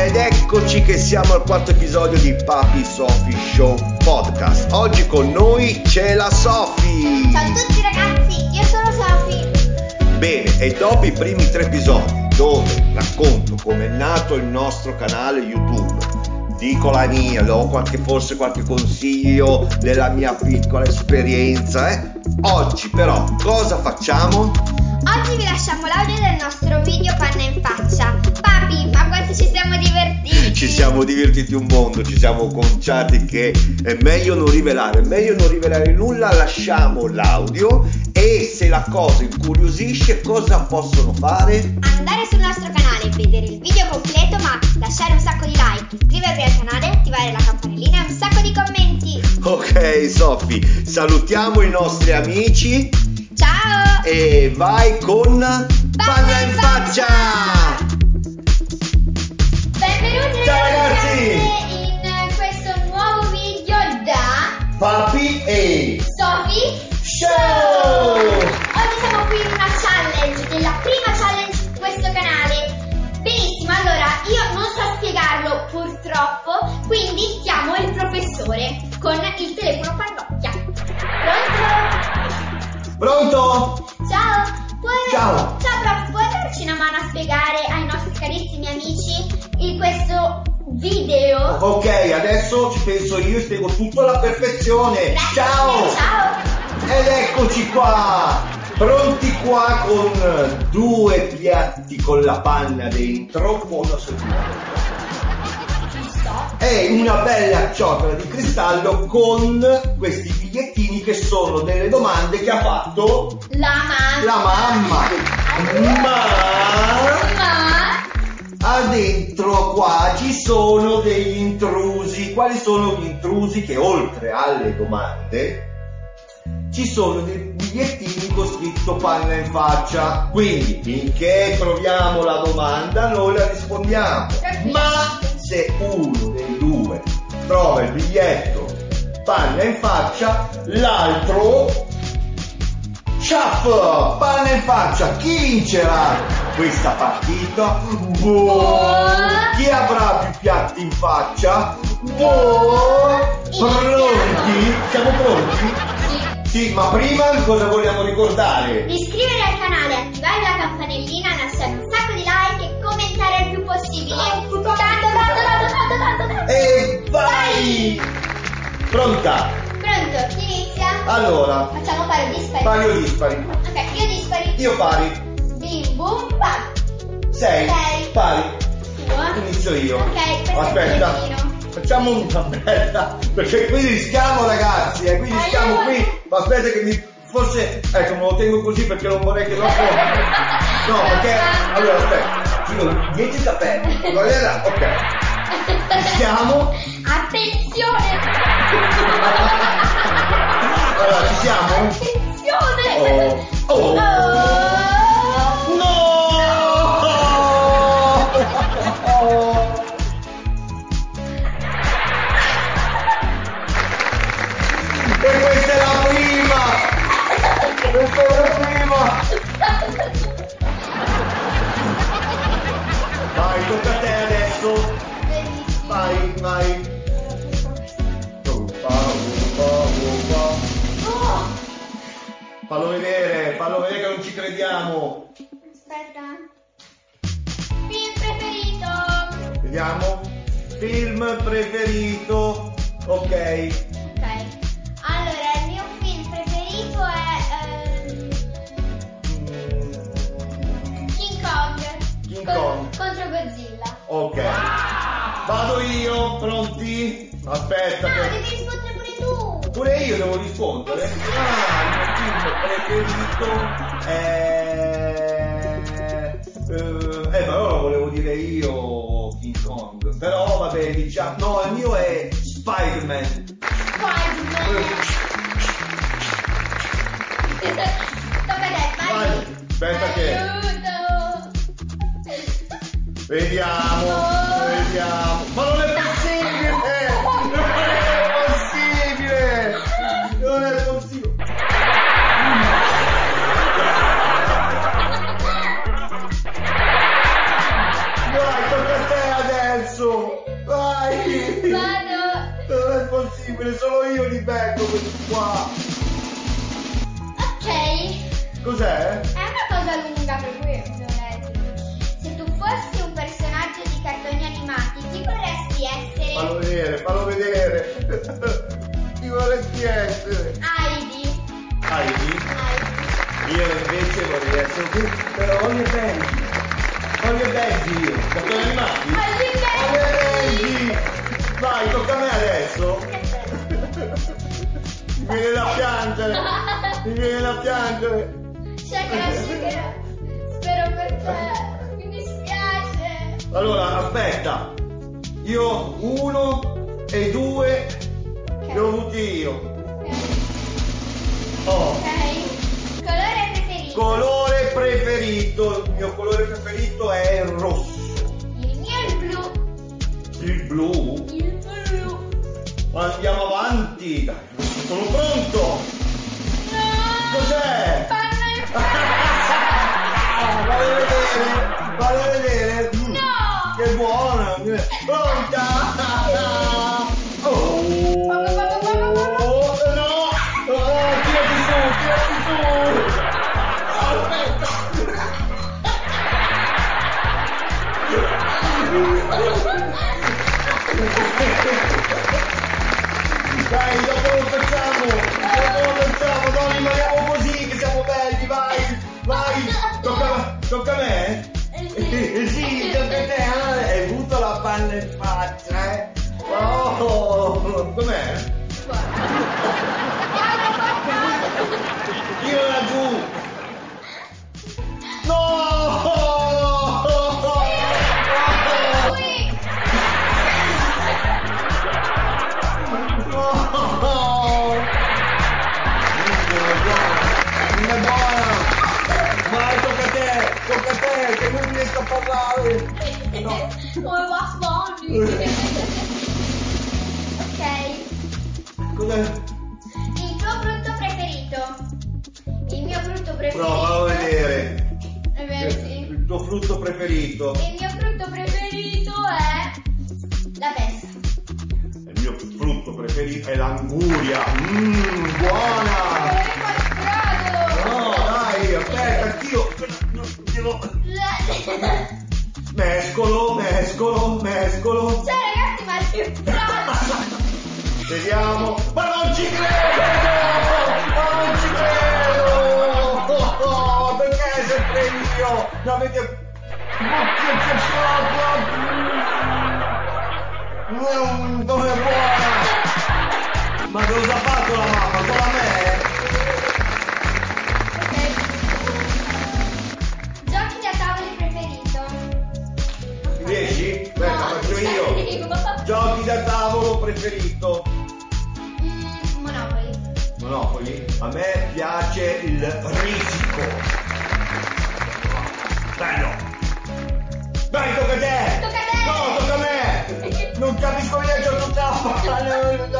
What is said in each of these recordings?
Ed eccoci che siamo al quarto episodio di Papi Sofi Show Podcast. Oggi con noi c'è la Sofi. Ciao a tutti ragazzi, io sono Sofi. Bene, e dopo i primi 3 episodi dove racconto come è nato il nostro canale YouTube, dico la mia, do forse qualche consiglio della mia piccola esperienza, Oggi però cosa facciamo? Oggi vi lasciamo l'audio del nostro video Panna in faccia. Papi, ma quanto ci siamo divertiti! Ci siamo divertiti un mondo, ci siamo conciati che è meglio non rivelare nulla, lasciamo l'audio e se la cosa incuriosisce cosa possono fare? Andare sul nostro canale e vedere il video completo, ma lasciare un sacco di like, iscrivervi al canale, attivare la campanellina e un sacco di commenti! Ok Sofi, salutiamo i nostri amici. Ciao! E vai con Panna in faccia! Benvenuti Ciao ragazzi! in questo nuovo video da Papi e Sofi Show! Oggi siamo qui in una challenge, della prima challenge di questo canale. Benissimo, allora io non so spiegarlo purtroppo, quindi chiamo il professore con il telefono pannocchia. Pronto? Ciao! Ciao. Ciao prof, puoi darci una mano a spiegare ai nostri carissimi amici questo video? Ok, adesso ci penso io e spiego tutto alla perfezione. Grazie. Ciao! Ciao! Ed eccoci qua! Pronti qua con 2 piatti con la panna dentro, buona sorpresa. E una bella ciotola di cristallo con questi bigliettini che sono delle domande che ha fatto La mamma. Ma dentro qua ci sono degli intrusi. Quali sono gli intrusi? Che oltre alle domande ci sono dei bigliettini con scritto panna in faccia. Quindi finché troviamo la domanda noi la rispondiamo. Ma se uno dei 2 trova il biglietto panna in faccia, l'altro ciaff, panna in faccia. Chi vincerà questa partita? Chi avrà più piatti in faccia? Pronti? Siamo pronti? Sì, ma prima cosa vogliamo ricordare? Di iscrivervi al canale, attivare la campanellina, lasciare un sacco di like e commentare il più possibile. Tanto. E vai! Pronta? Pronto, chi inizia? Allora, Facciamo pari o dispari? pari o dispari? Ok, io dispari. Io pari. Bim bum bam. 6. Pari. Tuo. Inizio io. Ok, questo Aspetta. è il bigliettino. Facciamo una bella, perché qui rischiamo ragazzi, qui rischiamo qui, ma aspetta che forse, ecco, me lo tengo così perché non vorrei che dopo, no, perché, allora aspetta, io 10 capelli, guarda, ok, rischiamo, Attenzione! allora ci siamo? Attenzione! Oh. No! E questa è la prima! Questa è la prima! Vai, tocca a te adesso! Benissimo. Vai! Fallo vedere che non ci crediamo! Aspetta. Film preferito. Vediamo? Film preferito! Ok! Ok. Allora, il mio film preferito è King Kong. Contro Godzilla. Ok. Vado io, pronti? Aspetta No, che... devi rispondere pure tu. Pure io devo rispondere? Ah, il mio film preferito è... ma allora volevo dire io King Kong. Però vabbè, diciamo... No, il mio è Spider-Man. Spider-Man. Tocca a te, vai. Aspetta che... Aiuto. Vediamo. Ma non è possibile! Non è possibile! Dai, tocca a te adesso! incredibile, solo io li becco questi qua. Ok. Cos'è? È una cosa lunga per cui devo leggere. Se tu fossi un personaggio di cartoni animati, chi vorresti essere? Fallo vedere. Chi vorresti essere? Heidi. Heidi? Io invece vorrei essere qui. Però Holly e Benji io. Cartoni animati? Holly e Benji! Vai, tocca a me adesso. Mi viene da piangere. Shaker. Spero per te. Mi dispiace. Allora, aspetta. Io 1 e 2 li ho avuti io. Oh. Ok. Colore preferito? Colore preferito. Il mio colore preferito è il rosso. Il mio è il blu. Il blu? Il blu. Andiamo avanti. Dai, sono pronto. No. Cos'è? Panna in Fallo vedere. No. Che buona. Pronta? Oh. No. Tirati su. Aspetta. Dai, dopo lo facciamo, no, rimaniamo così che siamo belli, vai, tocca a me? Sì, tocca a te, hai avuto la panna in faccia, Oh, com'è? Tira laggiù! No! Vai, tocca a te, che non riesco a parlare. No. Come va Spongy? Ok. Cos'è? Il tuo frutto preferito? Il mio frutto preferito. Prova a vedere. Sì. Il tuo frutto preferito. Il mio frutto preferito è la pesca. Il mio frutto preferito è l'anguria. Buona! No, dai, aspetta, anch'io. Mescolo. Ciao ragazzi, ma che braccio! Vediamo. Ma non ci credo! Perché sempre io? No, avete... Come è buona! Ma cosa ha fatto la mamma? Con la me? Ok. Giochi da tavolo preferito? Riesci? Beh, No, faccio ci io. arrivo. Giochi da tavolo preferito? Monopoli. A me piace il risico. Bello. Dai, tocca a te. Tocca a te. No, tocca a me. Non capisco niente, ho tutta la palla.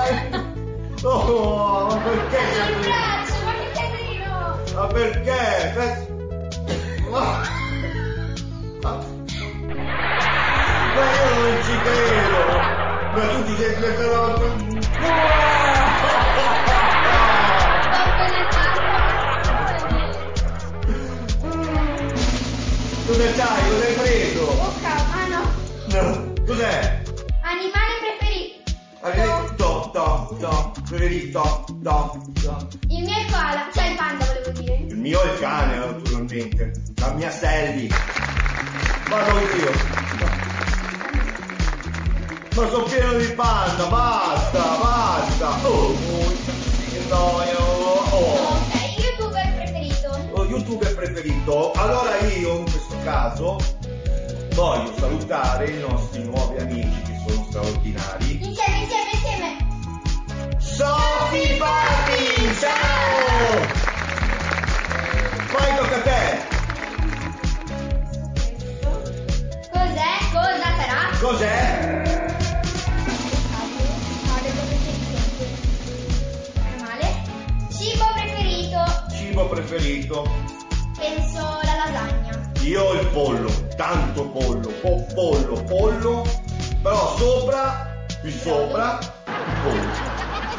Oh, ma perché? Il braccio, ma che casino! Ma perché? Ma io non ci credo. Ma tu ti sei Cosa c'hai? Cosa hai preso? Oh cavolo, no. No. Cos'è? Animale preferito? Preferito. Il mio è il koala, cioè il panda volevo dire. Il mio è il cane, naturalmente. La mia Sally. Vado io. Ma sono pieno di panda, basta. Ok, YouTuber preferito. Allora io in questo caso voglio salutare i nostri nuovi amici che sono straordinari. Insieme. Sofi Papi, ciao! Poi tocca a te. Cos'è? Cosa sarà? Cos'è? Animale. Cibo preferito? Penso la lasagna. Io ho il pollo, tanto pollo, pollo, però sopra, qui sopra, il pollo.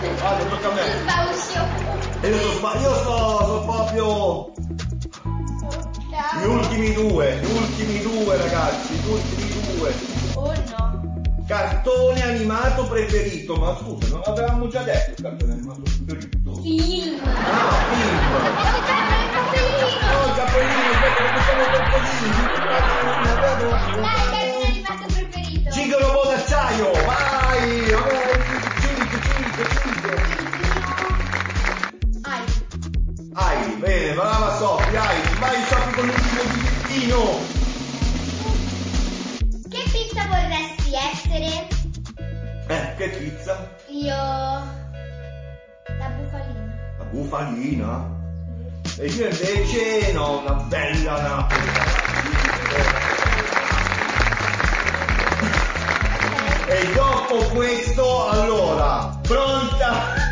Vado, tocca a me. Tu sbauscio. E io sto proprio... Gli ultimi due ragazzi, gli ultimi due. Oh no. Cartone animato preferito, ma scusa, non avevamo già detto il cartone animato preferito? Film. Ah, film! Il Capolino, perché sono troppolini, cartone animato preferito. Cinque robot d'acciaio, vai! Ai, bene, brava Sofì, vai Sofì con l'ultimo bigliettino! Che pizza vorresti essere? Che pizza? Io... La bufalina. La bufalina? E io invece no, una bella Napoli. E dopo questo, allora, pronta?